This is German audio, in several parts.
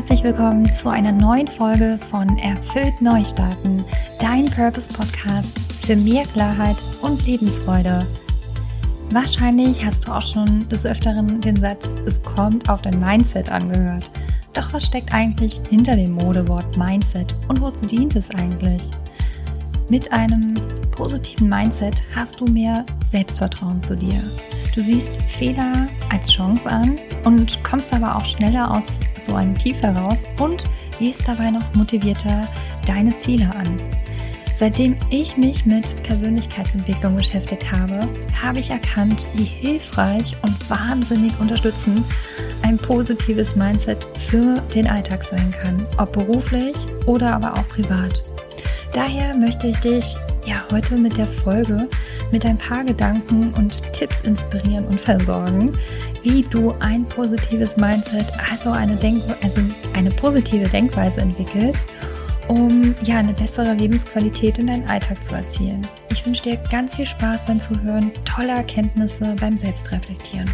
herzlich willkommen zu einer neuen Folge von Erfüllt Neustarten, dein Purpose-Podcast für mehr Klarheit und Lebensfreude. Wahrscheinlich hast du auch schon des Öfteren den Satz, es kommt auf dein Mindset angehört. Doch was steckt eigentlich hinter dem Modewort Mindset und wozu dient es eigentlich? Mit einem positiven Mindset hast du mehr Selbstvertrauen zu dir. Du siehst Fehler als Chance an und kommst aber auch schneller aus so einem Tief heraus und gehst dabei noch motivierter deine Ziele an. Seitdem ich mich mit Persönlichkeitsentwicklung beschäftigt habe, habe ich erkannt, wie hilfreich und wahnsinnig unterstützend ein positives Mindset für den Alltag sein kann, ob beruflich oder aber auch privat. Daher möchte ich dich heute mit der Folge mit ein paar Gedanken und Tipps inspirieren und versorgen, wie du ein positives Mindset, also eine positive Denkweise entwickelst, um eine bessere Lebensqualität in deinen Alltag zu erzielen. Ich wünsche dir ganz viel Spaß beim Zuhören, tolle Erkenntnisse beim Selbstreflektieren.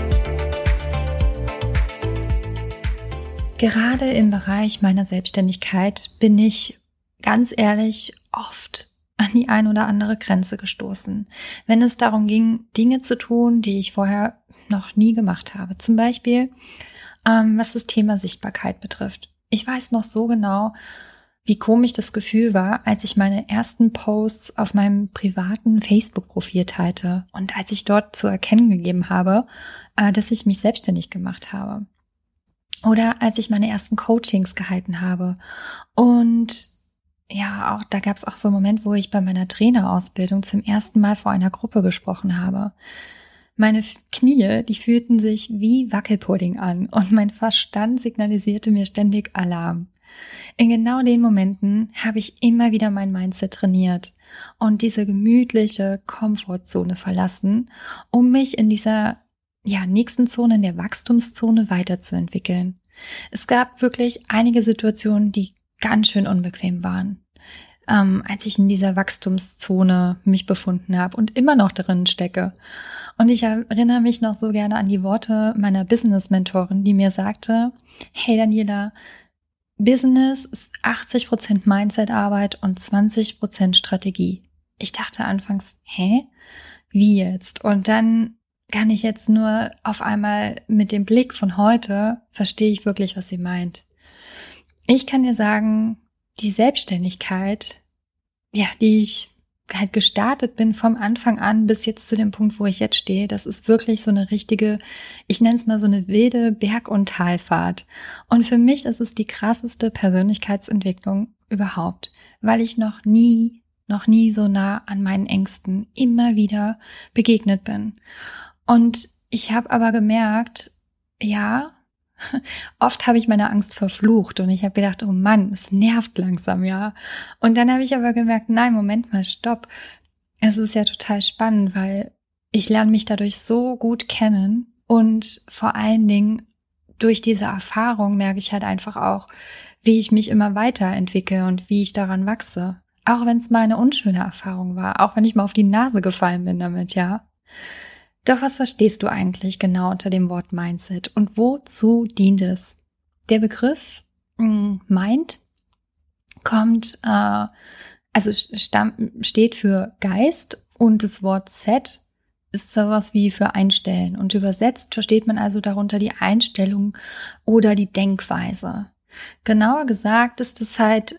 Gerade im Bereich meiner Selbstständigkeit bin ich ganz ehrlich oft an die ein oder andere Grenze gestoßen, wenn es darum ging, Dinge zu tun, die ich vorher noch nie gemacht habe. Zum Beispiel, was das Thema Sichtbarkeit betrifft. Ich weiß noch so genau, wie komisch das Gefühl war, als ich meine ersten Posts auf meinem privaten Facebook-Profil teilte und als ich dort zu erkennen gegeben habe, dass ich mich selbstständig gemacht habe. Oder als ich meine ersten Coachings gehalten habe. Und auch da gab es auch so einen Moment, wo ich bei meiner Trainerausbildung zum ersten Mal vor einer Gruppe gesprochen habe. Meine Knie, die fühlten sich wie Wackelpudding an und mein Verstand signalisierte mir ständig Alarm. In genau den Momenten habe ich immer wieder mein Mindset trainiert und diese gemütliche Komfortzone verlassen, um mich in dieser nächsten Zone, in der Wachstumszone weiterzuentwickeln. Es gab wirklich einige Situationen, die ganz schön unbequem waren, als ich in dieser Wachstumszone mich befunden habe und immer noch drin stecke. Und ich erinnere mich noch so gerne an die Worte meiner Business-Mentorin, die mir sagte, hey Daniela, Business ist 80% Mindset-Arbeit und 20% Strategie. Ich dachte anfangs, wie jetzt? Und dann kann ich jetzt nur auf einmal mit dem Blick von heute, verstehe ich wirklich, was sie meint. Ich kann dir sagen, die Selbstständigkeit, die ich halt gestartet bin vom Anfang an bis jetzt zu dem Punkt, wo ich jetzt stehe, das ist wirklich so eine richtige, ich nenne es mal so eine wilde Berg- und Talfahrt. Und für mich ist es die krasseste Persönlichkeitsentwicklung überhaupt, weil ich noch nie so nah an meinen Ängsten immer wieder begegnet bin. Und ich habe aber gemerkt, oft habe ich meine Angst verflucht und ich habe gedacht, oh Mann, es nervt langsam, Und dann habe ich aber gemerkt, nein, Moment mal, stopp. Es ist ja total spannend, weil ich lerne mich dadurch so gut kennen und vor allen Dingen durch diese Erfahrung merke ich halt einfach auch, wie ich mich immer weiterentwickle und wie ich daran wachse. Auch wenn es mal eine unschöne Erfahrung war, auch wenn ich mal auf die Nase gefallen bin damit, Doch was verstehst du eigentlich genau unter dem Wort Mindset und wozu dient es? Der Begriff Mind steht für Geist und das Wort Set ist sowas wie für Einstellen und übersetzt versteht man also darunter die Einstellung oder die Denkweise. Genauer gesagt ist es halt,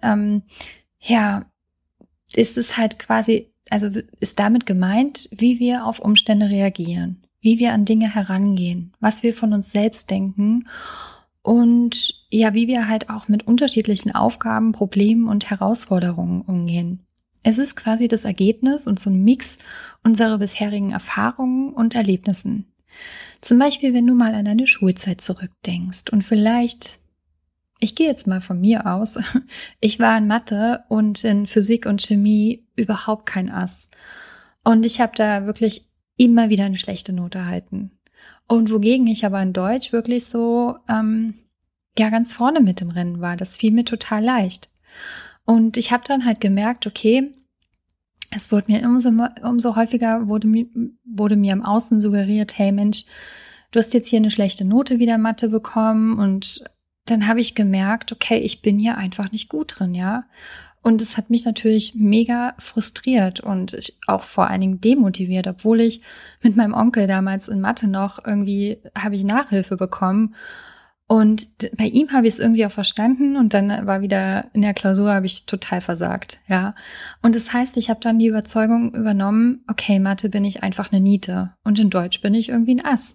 ist damit gemeint, wie wir auf Umstände reagieren, wie wir an Dinge herangehen, was wir von uns selbst denken und wie wir halt auch mit unterschiedlichen Aufgaben, Problemen und Herausforderungen umgehen. Es ist quasi das Ergebnis und so ein Mix unserer bisherigen Erfahrungen und Erlebnissen. Zum Beispiel, wenn du mal an deine Schulzeit zurückdenkst und vielleicht, ich gehe jetzt mal von mir aus, ich war in Mathe und in Physik und Chemie überhaupt kein Ass. Und ich habe da wirklich immer wieder eine schlechte Note erhalten. Und wogegen ich aber in Deutsch wirklich so ganz vorne mit im Rennen war. Das fiel mir total leicht. Und ich habe dann halt gemerkt, okay, es wurde mir umso häufiger wurde mir im Außen suggeriert, hey Mensch, du hast jetzt hier eine schlechte Note wieder Mathe bekommen und dann habe ich gemerkt, okay, ich bin hier einfach nicht gut drin, ja. Und es hat mich natürlich mega frustriert und auch vor allen Dingen demotiviert, obwohl ich mit meinem Onkel damals in Mathe noch irgendwie habe ich Nachhilfe bekommen. Und bei ihm habe ich es irgendwie auch verstanden und dann war wieder in der Klausur habe ich total versagt, ja. Und das heißt, ich habe dann die Überzeugung übernommen, okay, Mathe bin ich einfach eine Niete und in Deutsch bin ich irgendwie ein Ass.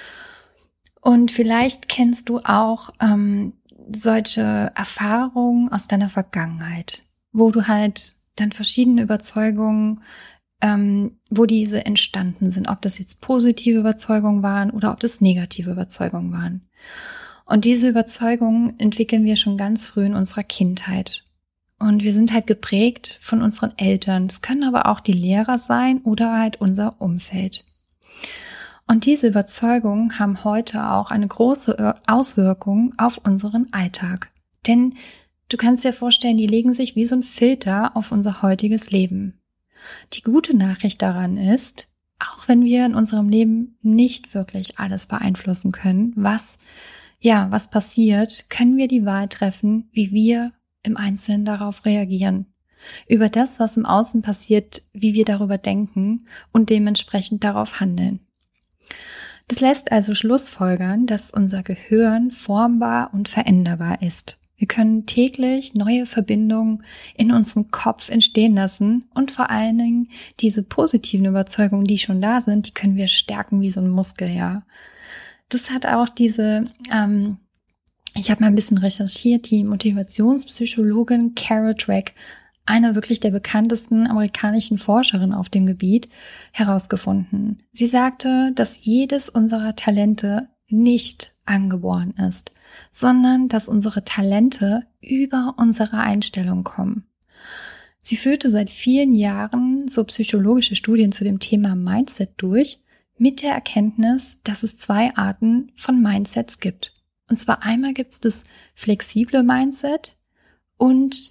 Und vielleicht kennst du auch solche Erfahrungen aus deiner Vergangenheit, wo du halt dann verschiedene Überzeugungen, wo diese entstanden sind, ob das jetzt positive Überzeugungen waren oder ob das negative Überzeugungen waren. Und diese Überzeugungen entwickeln wir schon ganz früh in unserer Kindheit. Und wir sind halt geprägt von unseren Eltern. Es können aber auch die Lehrer sein oder halt unser Umfeld. Und diese Überzeugungen haben heute auch eine große Auswirkung auf unseren Alltag. Denn du kannst dir vorstellen, die legen sich wie so ein Filter auf unser heutiges Leben. Die gute Nachricht daran ist, auch wenn wir in unserem Leben nicht wirklich alles beeinflussen können, was passiert, können wir die Wahl treffen, wie wir im Einzelnen darauf reagieren. Über das, was im Außen passiert, wie wir darüber denken und dementsprechend darauf handeln. Das lässt also schlussfolgern, dass unser Gehirn formbar und veränderbar ist. Wir können täglich neue Verbindungen in unserem Kopf entstehen lassen und vor allen Dingen diese positiven Überzeugungen, die schon da sind, die können wir stärken wie so ein Muskel, ja. Das hat auch ich habe mal ein bisschen recherchiert, die Motivationspsychologin Carol Dweck, eine wirklich der bekanntesten amerikanischen Forscherin auf dem Gebiet, herausgefunden. Sie sagte, dass jedes unserer Talente nicht angeboren ist, sondern dass unsere Talente über unsere Einstellung kommen. Sie führte seit vielen Jahren so psychologische Studien zu dem Thema Mindset durch, mit der Erkenntnis, dass es 2 Arten von Mindsets gibt. Und zwar einmal gibt es das flexible Mindset und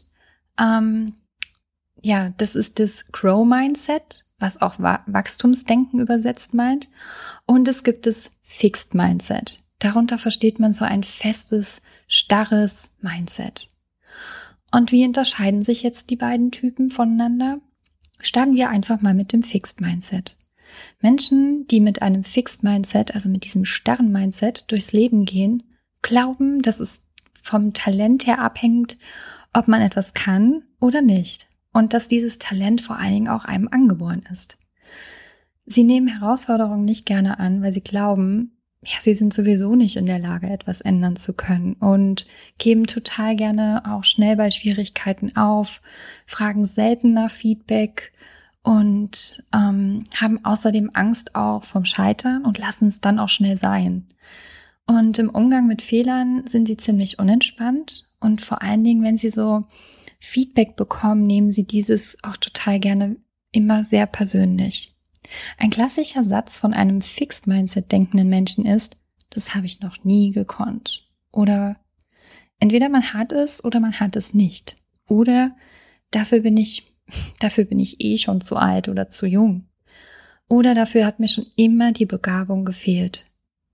das ist das Grow-Mindset, was auch Wachstumsdenken übersetzt meint. Und es gibt das Fixed Mindset. Darunter versteht man so ein festes, starres Mindset. Und wie unterscheiden sich jetzt die beiden Typen voneinander? Starten wir einfach mal mit dem Fixed Mindset. Menschen, die mit einem Fixed Mindset, also mit diesem starren Mindset durchs Leben gehen, glauben, dass es vom Talent her abhängt, ob man etwas kann oder nicht. Und dass dieses Talent vor allen Dingen auch einem angeboren ist. Sie nehmen Herausforderungen nicht gerne an, weil sie glauben, sie sind sowieso nicht in der Lage, etwas ändern zu können und geben total gerne auch schnell bei Schwierigkeiten auf, fragen selten nach Feedback und haben außerdem Angst auch vom Scheitern und lassen es dann auch schnell sein. Und im Umgang mit Fehlern sind sie ziemlich unentspannt und vor allen Dingen, wenn sie so Feedback bekommen, nehmen sie dieses auch total gerne immer sehr persönlich. Ein klassischer Satz von einem Fixed Mindset denkenden Menschen ist, das habe ich noch nie gekonnt. Oder entweder man hat es oder man hat es nicht. Oder dafür bin ich eh schon zu alt oder zu jung. Oder dafür hat mir schon immer die Begabung gefehlt.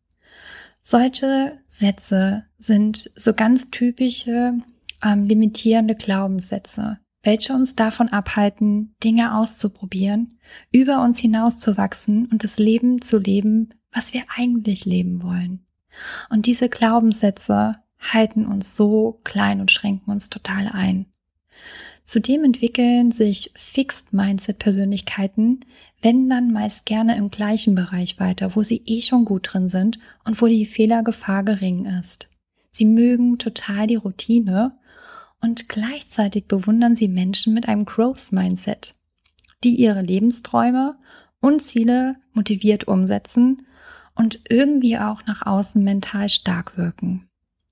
Solche Sätze sind so ganz typische limitierende Glaubenssätze, welche uns davon abhalten, Dinge auszuprobieren, über uns hinauszuwachsen und das Leben zu leben, was wir eigentlich leben wollen. Und diese Glaubenssätze halten uns so klein und schränken uns total ein. Zudem entwickeln sich Fixed-Mindset-Persönlichkeiten, wenn dann meist gerne im gleichen Bereich weiter, wo sie eh schon gut drin sind und wo die Fehlergefahr gering ist. Sie mögen total die Routine und gleichzeitig bewundern sie Menschen mit einem Growth-Mindset, die ihre Lebensträume und Ziele motiviert umsetzen und irgendwie auch nach außen mental stark wirken.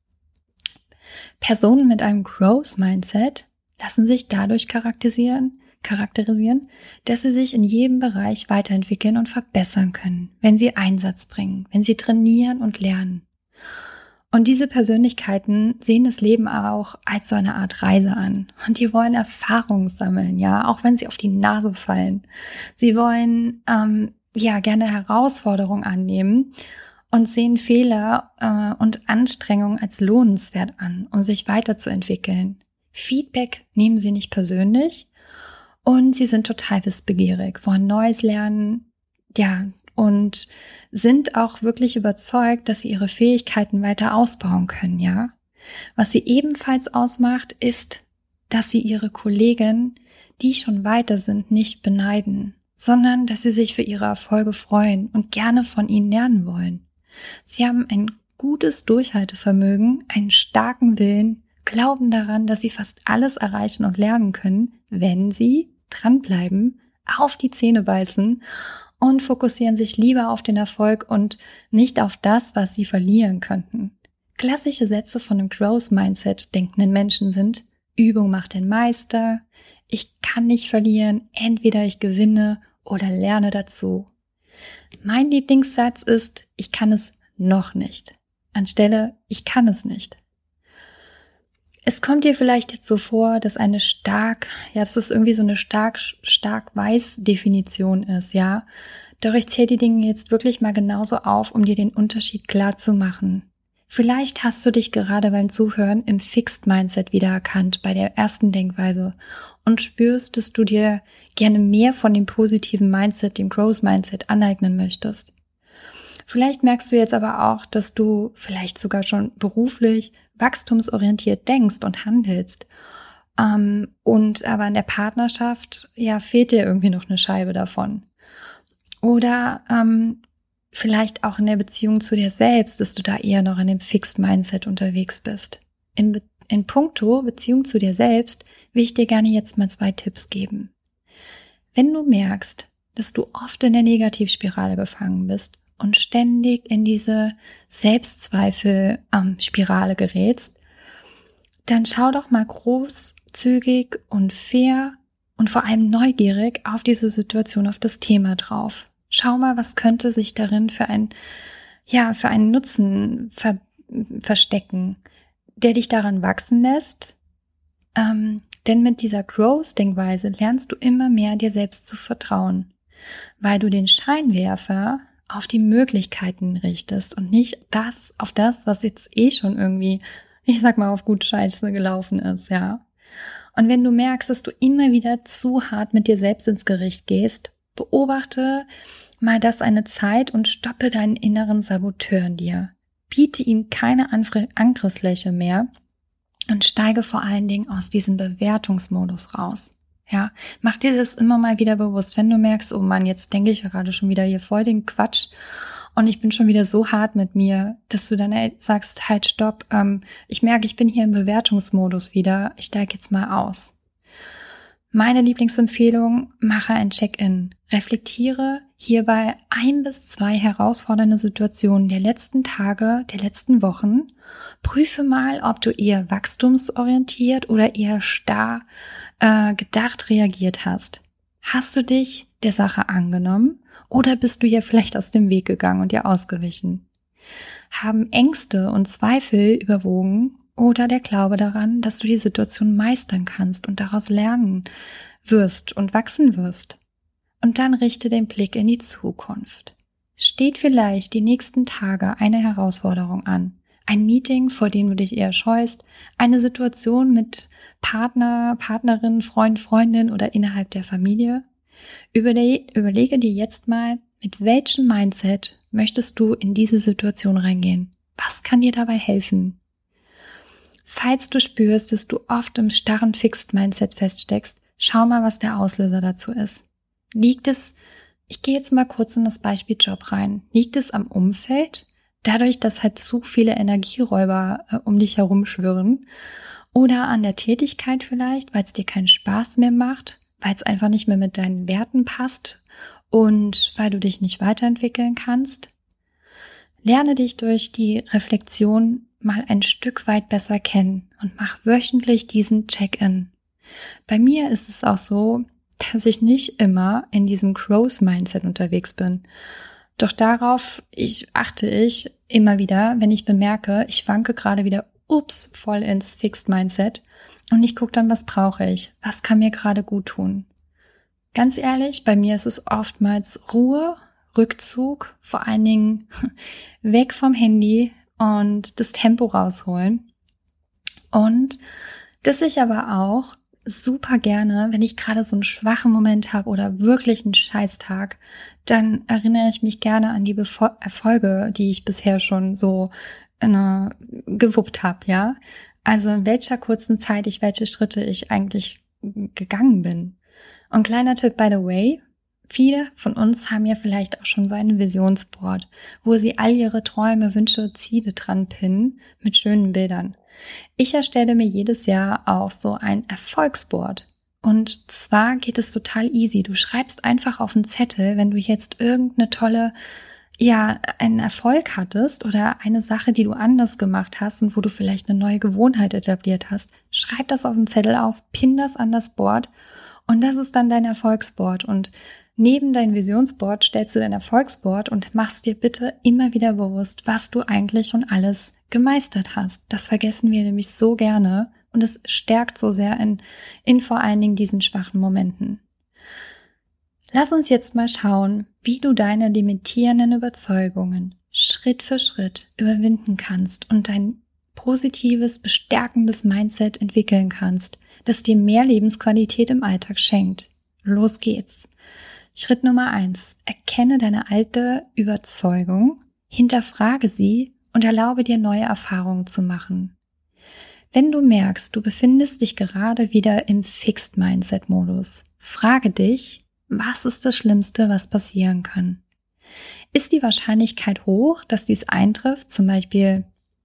Personen mit einem Growth-Mindset lassen sich dadurch charakterisieren, dass sie sich in jedem Bereich weiterentwickeln und verbessern können, wenn sie Einsatz bringen, wenn sie trainieren und lernen. Und diese Persönlichkeiten sehen das Leben auch als so eine Art Reise an. Und die wollen Erfahrungen sammeln, ja, auch wenn sie auf die Nase fallen. Sie wollen gerne Herausforderungen annehmen und sehen Fehler und Anstrengungen als lohnenswert an, um sich weiterzuentwickeln. Feedback nehmen sie nicht persönlich und sie sind total wissbegierig, wollen Neues lernen, ja, und sind auch wirklich überzeugt, dass sie ihre Fähigkeiten weiter ausbauen können, ja. Was sie ebenfalls ausmacht, ist, dass sie ihre Kollegen, die schon weiter sind, nicht beneiden, sondern dass sie sich für ihre Erfolge freuen und gerne von ihnen lernen wollen. Sie haben ein gutes Durchhaltevermögen, einen starken Willen, glauben daran, dass sie fast alles erreichen und lernen können, wenn sie dranbleiben, auf die Zähne beißen und fokussieren sich lieber auf den Erfolg und nicht auf das, was sie verlieren könnten. Klassische Sätze von einem Growth-Mindset denkenden Menschen sind: Übung macht den Meister, ich kann nicht verlieren, entweder ich gewinne oder lerne dazu. Mein Lieblingssatz ist: Ich kann es noch nicht, anstelle ich kann es nicht. Es kommt dir vielleicht jetzt so vor, dass dass es irgendwie so eine stark weiß Definition ist, ja. Doch ich zähle die Dinge jetzt wirklich mal genauso auf, um dir den Unterschied klar zu machen. Vielleicht hast du dich gerade beim Zuhören im Fixed Mindset wiedererkannt bei der ersten Denkweise und spürst, dass du dir gerne mehr von dem positiven Mindset, dem Growth Mindset aneignen möchtest. Vielleicht merkst du jetzt aber auch, dass du vielleicht sogar schon beruflich wachstumsorientiert denkst und handelst. Und aber in der Partnerschaft, ja, fehlt dir irgendwie noch eine Scheibe davon. Oder vielleicht auch in der Beziehung zu dir selbst, dass du da eher noch in dem Fixed Mindset unterwegs bist. In puncto Beziehung zu dir selbst will ich dir gerne jetzt mal 2 Tipps geben. Wenn du merkst, dass du oft in der Negativspirale gefangen bist und ständig in diese Selbstzweifel-Spirale gerätst, dann schau doch mal großzügig und fair und vor allem neugierig auf diese Situation, auf das Thema drauf. Schau mal, was könnte sich darin für einen Nutzen verstecken, der dich daran wachsen lässt. Denn mit dieser Growth-Denkweise lernst du immer mehr, dir selbst zu vertrauen, weil du den Scheinwerfer auf die Möglichkeiten richtest und nicht auf das, was jetzt schon irgendwie, ich sag mal, auf gut Scheiße gelaufen ist, ja. Und wenn du merkst, dass du immer wieder zu hart mit dir selbst ins Gericht gehst, beobachte mal das eine Zeit und stoppe deinen inneren Saboteur in dir. Biete ihm keine Angriffsfläche mehr und steige vor allen Dingen aus diesem Bewertungsmodus raus. Ja, mach dir das immer mal wieder bewusst, wenn du merkst, oh Mann, jetzt denke ich ja gerade schon wieder hier voll den Quatsch und ich bin schon wieder so hart mit mir, dass du dann sagst, halt, stopp, ich merke, ich bin hier im Bewertungsmodus wieder, ich steige jetzt mal aus. Meine Lieblingsempfehlung: Mache ein Check-in. Reflektiere hierbei 1 bis 2 herausfordernde Situationen der letzten Tage, der letzten Wochen. Prüfe mal, ob du eher wachstumsorientiert oder eher starr gedacht reagiert hast. Hast du dich der Sache angenommen oder bist du ihr vielleicht aus dem Weg gegangen und ihr ausgewichen? Haben Ängste und Zweifel überwogen oder der Glaube daran, dass du die Situation meistern kannst und daraus lernen wirst und wachsen wirst? Und dann richte den Blick in die Zukunft. Steht vielleicht die nächsten Tage eine Herausforderung an? Ein Meeting, vor dem du dich eher scheust, eine Situation mit Partner, Partnerin, Freund, Freundin oder innerhalb der Familie? Überlege dir jetzt mal, mit welchem Mindset möchtest du in diese Situation reingehen? Was kann dir dabei helfen? Falls du spürst, dass du oft im starren Fixed Mindset feststeckst, schau mal, was der Auslöser dazu ist. Ich gehe jetzt mal kurz in das Beispiel Job rein. Liegt es am Umfeld? Dadurch, dass halt zu viele Energieräuber um dich herum schwirren? Oder an der Tätigkeit vielleicht, weil es dir keinen Spaß mehr macht, weil es einfach nicht mehr mit deinen Werten passt und weil du dich nicht weiterentwickeln kannst? Lerne dich durch die Reflexion mal ein Stück weit besser kennen und mach wöchentlich diesen Check-in. Bei mir ist es auch so, dass ich nicht immer in diesem Growth-Mindset unterwegs bin. Doch darauf achte ich immer wieder, wenn ich bemerke, ich wanke gerade wieder voll ins Fixed Mindset und ich gucke dann, was brauche ich? Was kann mir gerade gut tun? Ganz ehrlich, bei mir ist es oftmals Ruhe, Rückzug, vor allen Dingen weg vom Handy und das Tempo rausholen. Und dass ich aber auch super gerne, wenn ich gerade so einen schwachen Moment habe oder wirklich einen Scheißtag, dann erinnere ich mich gerne an die Erfolge, die ich bisher schon so gewuppt habe, ja. Also in welcher kurzen Zeit welche Schritte ich eigentlich gegangen bin. Und kleiner Tipp by the way, viele von uns haben ja vielleicht auch schon so ein Visionsboard, wo sie all ihre Träume, Wünsche, Ziele dran pinnen mit schönen Bildern. Ich erstelle mir jedes Jahr auch so ein Erfolgsboard. Und zwar geht es total easy. Du schreibst einfach auf einen Zettel, wenn du jetzt irgendeine tolle, einen Erfolg hattest oder eine Sache, die du anders gemacht hast und wo du vielleicht eine neue Gewohnheit etabliert hast, schreib das auf den Zettel auf, pin das an das Board und das ist dann dein Erfolgsboard. Und neben dein Visionsboard stellst du dein Erfolgsboard und machst dir bitte immer wieder bewusst, was du eigentlich schon alles gemeistert hast. Das vergessen wir nämlich so gerne und es stärkt so sehr in vor allen Dingen diesen schwachen Momenten. Lass uns jetzt mal schauen, wie du deine limitierenden Überzeugungen Schritt für Schritt überwinden kannst und dein positives, bestärkendes Mindset entwickeln kannst, das dir mehr Lebensqualität im Alltag schenkt. Los geht's! Schritt Nummer 1. Erkenne deine alte Überzeugung, hinterfrage sie und erlaube dir neue Erfahrungen zu machen. Wenn du merkst, du befindest dich gerade wieder im Fixed-Mindset-Modus, frage dich, was ist das Schlimmste, was passieren kann? Ist die Wahrscheinlichkeit hoch, dass dies eintrifft, zum Beispiel,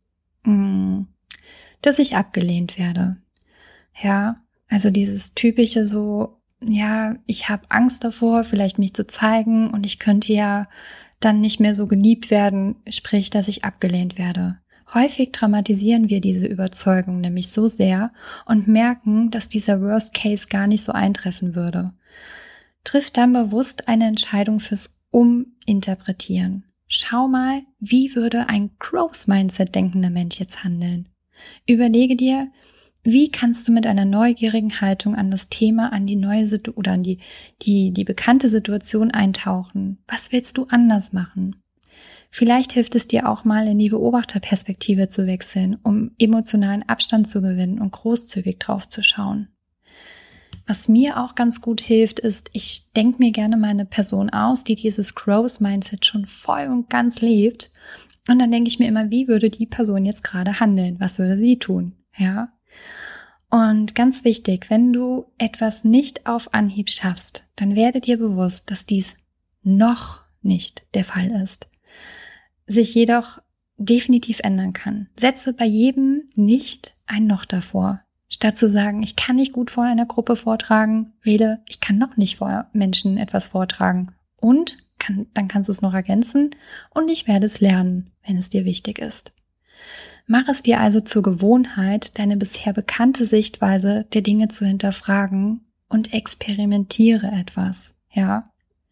dass ich abgelehnt werde? Ja, also dieses typische so, ich habe Angst davor, vielleicht mich zu zeigen und ich könnte ja dann nicht mehr so geliebt werden, sprich, dass ich abgelehnt werde. Häufig dramatisieren wir diese Überzeugung nämlich so sehr und merken, dass dieser Worst Case gar nicht so eintreffen würde. Triff dann bewusst eine Entscheidung fürs Uminterpretieren. Schau mal, wie würde ein Growth-Mindset denkender Mensch jetzt handeln? Überlege dir, wie kannst du mit einer neugierigen Haltung an das Thema, an die neue oder an die bekannte Situation eintauchen? Was willst du anders machen? Vielleicht hilft es dir auch mal in die Beobachterperspektive zu wechseln, um emotionalen Abstand zu gewinnen und großzügig drauf zu schauen. Was mir auch ganz gut hilft, ist, ich denke mir gerne mal eine Person aus, die dieses Growth-Mindset schon voll und ganz lebt. Und dann denke ich mir immer, wie würde die Person jetzt gerade handeln? Was würde sie tun? Ja. Und ganz wichtig, wenn du etwas nicht auf Anhieb schaffst, dann werde dir bewusst, dass dies noch nicht der Fall ist, sich jedoch definitiv ändern kann. Setze bei jedem nicht ein Noch davor. Statt zu sagen, ich kann nicht gut vor einer Gruppe vortragen, wähle, ich kann noch nicht vor Menschen etwas vortragen. Und dann kannst du es noch ergänzen und ich werde es lernen, wenn es dir wichtig ist. Mach es dir also zur Gewohnheit, deine bisher bekannte Sichtweise der Dinge zu hinterfragen und experimentiere etwas, ja?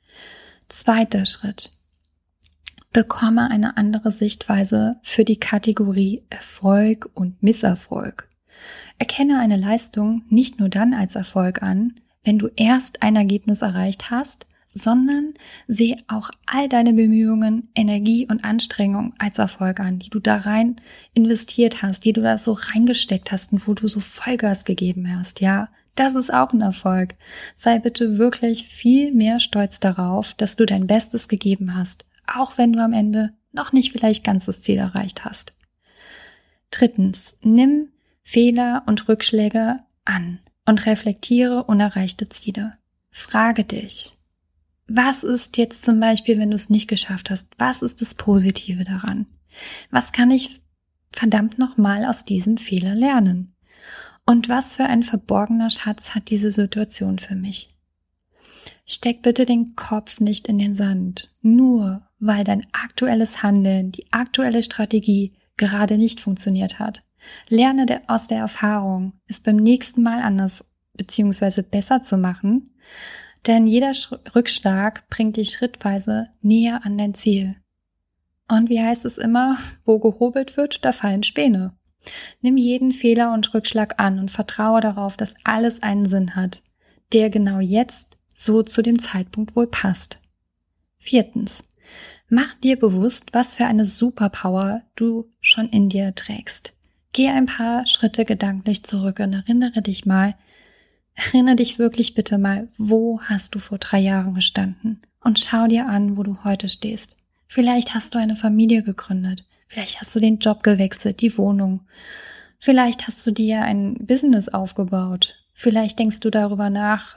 2. Schritt. Bekomme eine andere Sichtweise für die Kategorie Erfolg und Misserfolg. Erkenne eine Leistung nicht nur dann als Erfolg an, wenn du erst ein Ergebnis erreicht hast, sondern sehe auch all deine Bemühungen, Energie und Anstrengung als Erfolg an, die du da rein investiert hast, die du da so reingesteckt hast und wo du so Vollgas gegeben hast, ja. Das ist auch ein Erfolg. Sei bitte wirklich viel mehr stolz darauf, dass du dein Bestes gegeben hast, auch wenn du am Ende noch nicht vielleicht ganz das Ziel erreicht hast. 3. Nimm Fehler und Rückschläge an und reflektiere unerreichte Ziele. Frage dich, was ist jetzt zum Beispiel, wenn du es nicht geschafft hast, was ist das Positive daran? Was kann ich verdammt nochmal aus diesem Fehler lernen? Und was für ein verborgener Schatz hat diese Situation für mich? Steck bitte den Kopf nicht in den Sand, nur weil dein aktuelles Handeln, die aktuelle Strategie gerade nicht funktioniert hat. Lerne aus der Erfahrung, es beim nächsten Mal anders bzw. besser zu machen, denn jeder Rückschlag bringt dich schrittweise näher an dein Ziel. Und wie heißt es immer, wo gehobelt wird, da fallen Späne. Nimm jeden Fehler und Rückschlag an und vertraue darauf, dass alles einen Sinn hat, der genau jetzt so zu dem Zeitpunkt wohl passt. 4. Mach dir bewusst, was für eine Superpower du schon in dir trägst. Geh ein paar Schritte gedanklich zurück und erinnere dich wirklich bitte mal, wo hast du vor 3 Jahren gestanden? Und schau dir an, wo du heute stehst. Vielleicht hast du eine Familie gegründet. Vielleicht hast du den Job gewechselt, die Wohnung. Vielleicht hast du dir ein Business aufgebaut. Vielleicht denkst du darüber nach,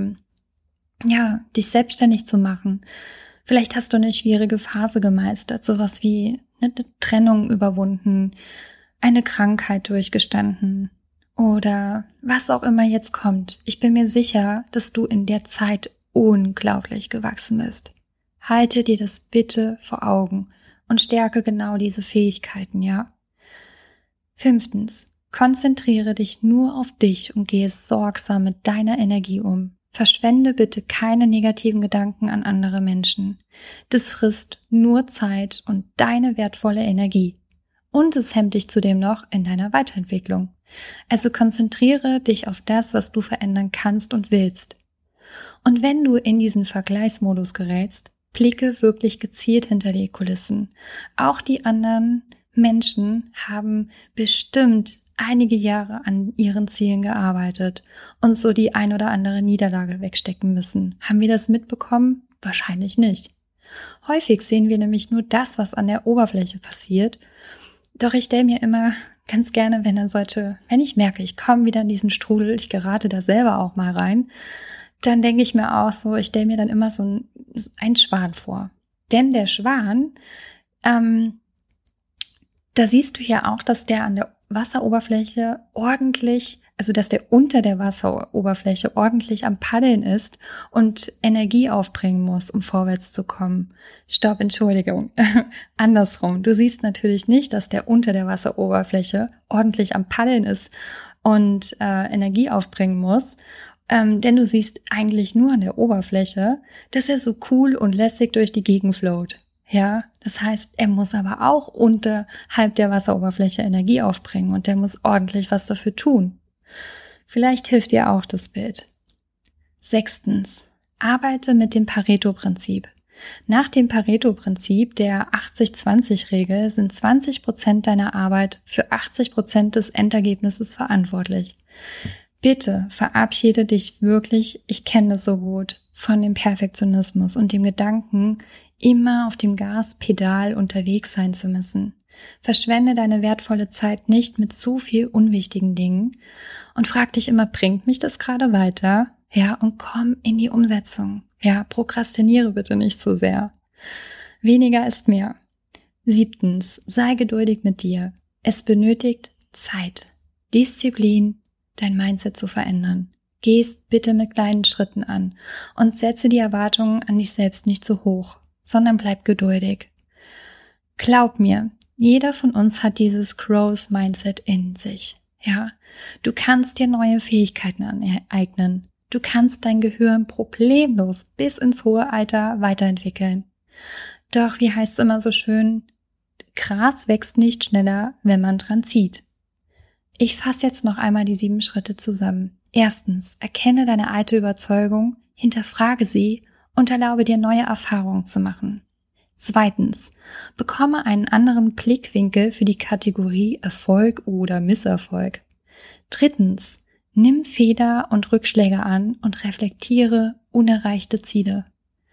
dich selbstständig zu machen. Vielleicht hast du eine schwierige Phase gemeistert, sowas wie eine Trennung überwunden, eine Krankheit durchgestanden oder was auch immer jetzt kommt. Ich bin mir sicher, dass du in der Zeit unglaublich gewachsen bist. Halte dir das bitte vor Augen und stärke genau diese Fähigkeiten, ja? 5. Konzentriere dich nur auf dich und gehe sorgsam mit deiner Energie um. Verschwende bitte keine negativen Gedanken an andere Menschen. Das frisst nur Zeit und deine wertvolle Energie. Und es hemmt dich zudem noch in deiner Weiterentwicklung. Also konzentriere dich auf das, was du verändern kannst und willst. Und wenn du in diesen Vergleichsmodus gerätst, blicke wirklich gezielt hinter die Kulissen. Auch die anderen Menschen haben bestimmt einige Jahre an ihren Zielen gearbeitet und so die ein oder andere Niederlage wegstecken müssen. Haben wir das mitbekommen? Wahrscheinlich nicht. Häufig sehen wir nämlich nur das, was an der Oberfläche passiert. Doch ich stelle mir immer ganz gerne, wenn ich merke, ich komme wieder in diesen Strudel, ich gerate da selber auch mal rein, dann denke ich mir auch so, ich stelle mir dann immer so einen Schwan vor. Denn der Schwan, da siehst du ja auch, dass der an der Wasseroberfläche dass der unter der Wasseroberfläche ordentlich am Paddeln ist und Energie aufbringen muss, um vorwärts zu kommen. Stopp, Entschuldigung. Andersrum. Du siehst natürlich nicht, dass der unter der Wasseroberfläche ordentlich am Paddeln ist und Energie aufbringen muss, denn du siehst eigentlich nur an der Oberfläche, dass er so cool und lässig durch die Gegend float. Ja, das heißt, er muss aber auch unterhalb der Wasseroberfläche Energie aufbringen und der muss ordentlich was dafür tun. Vielleicht hilft dir auch das Bild. 6. Arbeite mit dem Pareto-Prinzip. Nach dem Pareto-Prinzip der 80-20-Regel sind 20% deiner Arbeit für 80% des Endergebnisses verantwortlich. Bitte verabschiede dich wirklich, ich kenne das so gut, von dem Perfektionismus und dem Gedanken, immer auf dem Gaspedal unterwegs sein zu müssen. Verschwende deine wertvolle Zeit nicht mit zu viel unwichtigen Dingen und frag dich immer, bringt mich das gerade weiter? Ja, und komm in die Umsetzung. Ja, prokrastiniere bitte nicht so sehr. Weniger ist mehr. 7. Sei geduldig mit dir. Es benötigt Zeit, Disziplin, dein Mindset zu verändern. Geh es bitte mit kleinen Schritten an und setze die Erwartungen an dich selbst nicht zu hoch, sondern bleib geduldig. Glaub mir, jeder von uns hat dieses Growth Mindset in sich. Ja, du kannst dir neue Fähigkeiten aneignen. Du kannst dein Gehirn problemlos bis ins hohe Alter weiterentwickeln. Doch, wie heißt es immer so schön, Gras wächst nicht schneller, wenn man dran zieht. Ich fasse jetzt noch einmal die 7 Schritte zusammen. 1. Erkenne deine alte Überzeugung, hinterfrage sie und erlaube dir neue Erfahrungen zu machen. 2. Bekomme einen anderen Blickwinkel für die Kategorie Erfolg oder Misserfolg. 3. Nimm Fehler und Rückschläge an und reflektiere unerreichte Ziele.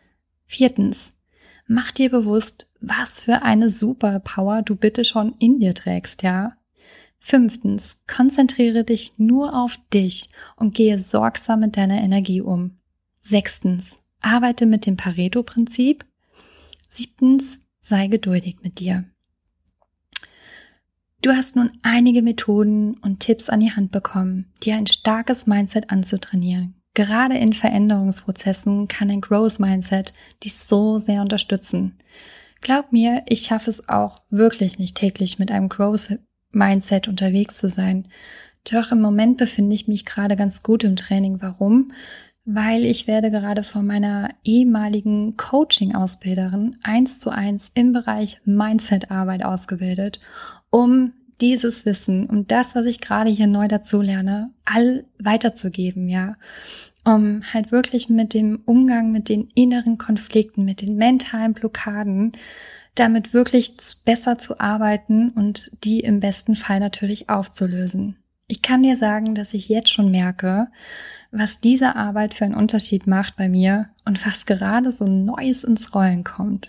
4. Mach dir bewusst, was für eine Superpower du bitte schon in dir trägst, ja? 5. Konzentriere dich nur auf dich und gehe sorgsam mit deiner Energie um. 6. Arbeite mit dem Pareto-Prinzip. 7. Sei geduldig mit dir. Du hast nun einige Methoden und Tipps an die Hand bekommen, dir ein starkes Mindset anzutrainieren. Gerade in Veränderungsprozessen kann ein Growth Mindset dich so sehr unterstützen. Glaub mir, ich schaffe es auch wirklich nicht täglich mit einem Growth Mindset unterwegs zu sein. Doch im Moment befinde ich mich gerade ganz gut im Training. Warum? Weil ich werde gerade von meiner ehemaligen Coaching-Ausbilderin 1:1 im Bereich Mindset-Arbeit ausgebildet, um dieses Wissen, um das, was ich gerade hier neu dazu lerne, all weiterzugeben, ja. um halt wirklich mit dem Umgang mit den inneren Konflikten, mit den mentalen Blockaden, damit wirklich besser zu arbeiten und die im besten Fall natürlich aufzulösen. Ich kann dir sagen, dass ich jetzt schon merke, was diese Arbeit für einen Unterschied macht bei mir und was gerade so Neues ins Rollen kommt.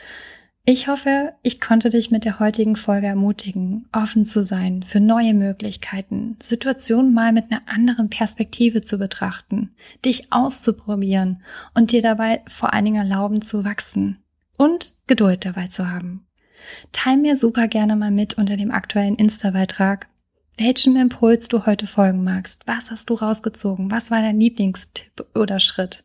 Ich hoffe, ich konnte dich mit der heutigen Folge ermutigen, offen zu sein für neue Möglichkeiten, Situationen mal mit einer anderen Perspektive zu betrachten, dich auszuprobieren und dir dabei vor allen Dingen erlauben zu wachsen und Geduld dabei zu haben. Teil mir super gerne mal mit unter dem aktuellen Insta-Beitrag, welchem Impuls du heute folgen magst. Was hast du rausgezogen? Was war dein Lieblingstipp oder Schritt?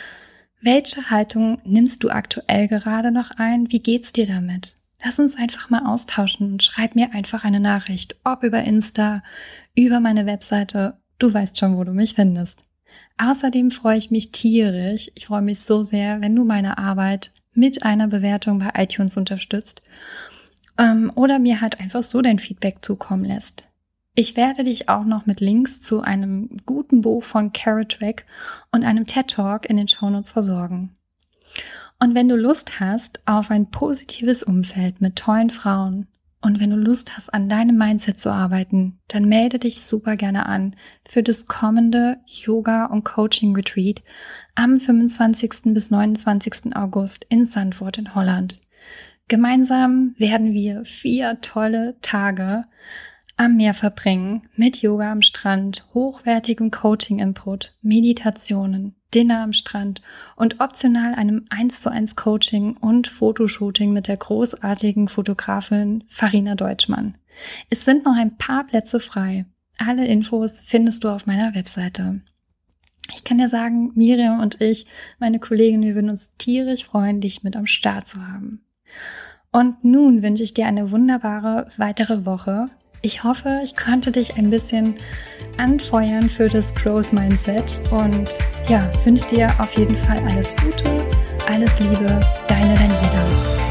Welche Haltung nimmst du aktuell gerade noch ein? Wie geht's dir damit? Lass uns einfach mal austauschen und schreib mir einfach eine Nachricht, ob über Insta, über meine Webseite. Du weißt schon, wo du mich findest. Außerdem freue ich mich tierisch. Ich freue mich so sehr, wenn du meine Arbeit mit einer Bewertung bei iTunes unterstützt oder mir halt einfach so dein Feedback zukommen lässt. Ich werde dich auch noch mit Links zu einem guten Buch von Carrot Dweck und einem TED-Talk in den Shownotes versorgen. Und wenn du Lust hast auf ein positives Umfeld mit tollen Frauen und wenn du Lust hast, an deinem Mindset zu arbeiten, dann melde dich super gerne an für das kommende Yoga- und Coaching-Retreat am 25. bis 29. August in Zandvoort in Holland. Gemeinsam werden wir 4 tolle Tage am Meer verbringen, mit Yoga am Strand, hochwertigem Coaching-Input, Meditationen, Dinner am Strand und optional einem 1:1 Coaching und Fotoshooting mit der großartigen Fotografin Farina Deutschmann. Es sind noch ein paar Plätze frei. Alle Infos findest du auf meiner Webseite. Ich kann dir sagen, Miriam und ich, meine Kollegin, wir würden uns tierisch freuen, dich mit am Start zu haben. Und nun wünsche ich dir eine wunderbare weitere Woche. Ich hoffe, ich konnte dich ein bisschen anfeuern für das Growth Mindset und ja, wünsche dir auf jeden Fall alles Gute, alles Liebe, deine Daniela.